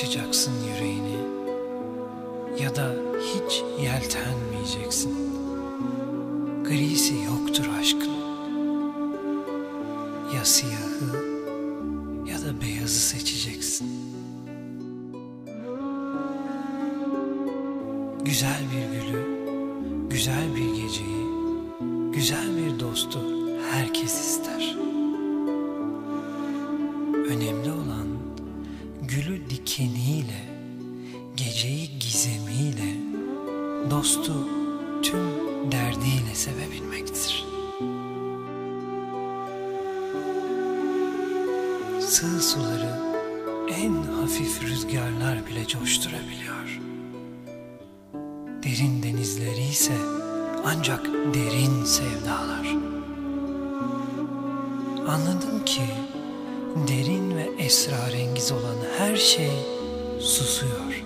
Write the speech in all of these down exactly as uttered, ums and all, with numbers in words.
açacaksın yüreğini ya da hiç yeltenmeyeceksin. Grisi yoktur aşkın. Ya siyahı ya da beyazı seçeceksin. Güzel bir gülü, güzel bir geceyi, güzel bir dostu herkes ister. Önemli olan gülü dikeniyle, geceyi gizemiyle, dostu tüm derdiyle sevebilmektir. Sığ suları en hafif rüzgarlar bile coşturabiliyor. Derin denizleri ise ancak derin sevdalar. Anladım ki derin ve esrarengiz olan her şey susuyor.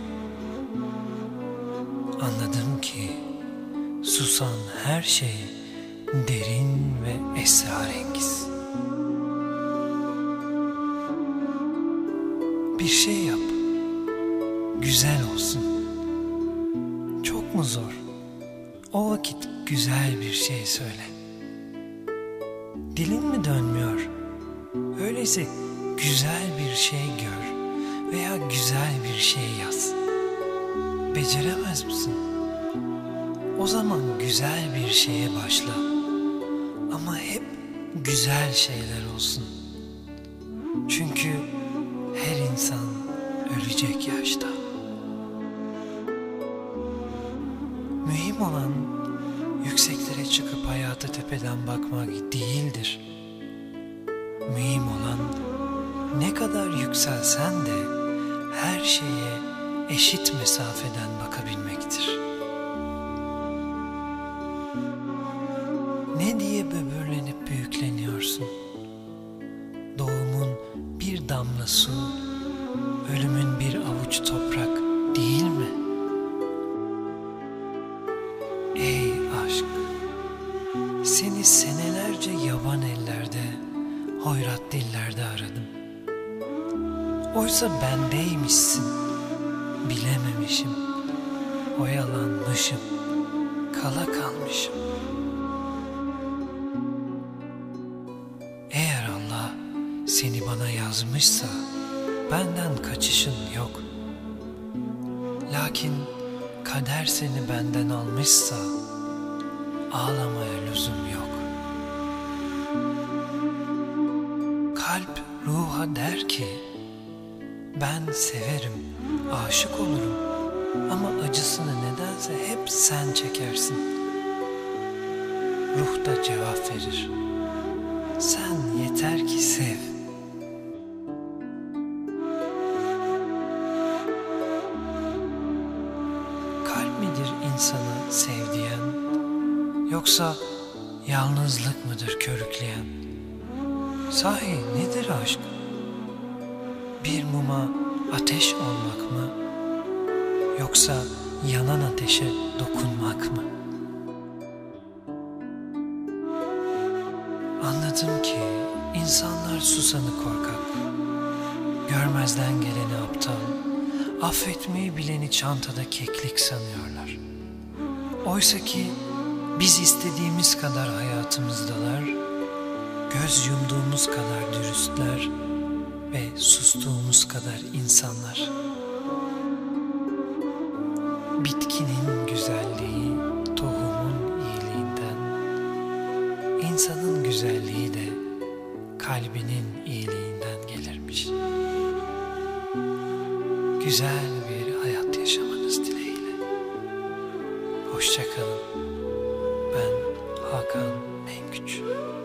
Anladım ki susan her şey derin ve esrarengiz. Bir şey yap, güzel olsun. Çok mu zor? O vakit güzel bir şey söyle. Dilin mi dönmüyor? Öyleyse güzel bir şey gör veya güzel bir şey yaz. Beceremez misin? O zaman güzel bir şeye başla. Ama hep güzel şeyler olsun. Çünkü her insan ölecek yaşta. Mühim olan yükseklere çıkıp hayata tepeden bakmak değildir. Mühim olan ne kadar yükselsen de her şeye eşit mesafeden bakabilmektir. Ne diye böbürlenip büyükleniyorsun? Doğumun bir damla su, ölümün bir avuç toprak değil mi? Ey aşk! Seni senelerce yaban ellerde, hoyrat dillerde aradım. Oysa bendeymişsin, bilememişim, oyalanmışım, kala kalmışım. Eğer Allah seni bana yazmışsa, benden kaçışın yok. Lakin kader seni benden almışsa, ağlamaya lüzum yok. Kalp ruha der ki, ben severim, aşık olurum ama acısını nedense hep sen çekersin. Ruh da cevap verir, sen yeter ki sev. Kalp midir insanı sevdiyen, yoksa yalnızlık mıdır körükleyen? Sahi nedir aşk? Bir muma ateş olmak mı? Yoksa yanan ateşe dokunmak mı? Anladım ki insanlar susanı korkak, görmezden geleni aptal, affetmeyi bileni çantada keklik sanıyorlar. Oysa ki biz istediğimiz kadar hayatımızdalar, göz yumduğumuz kadar dürüstler ve sustuğumuz kadar insanlar. Bitkinin güzelliği tohumun iyiliğinden, insanın güzelliği de kalbinin iyiliğinden gelirmiş. Güzel bir hayat yaşamanız dileğiyle. Hoşça kalın. Ben Hakan Mengüç.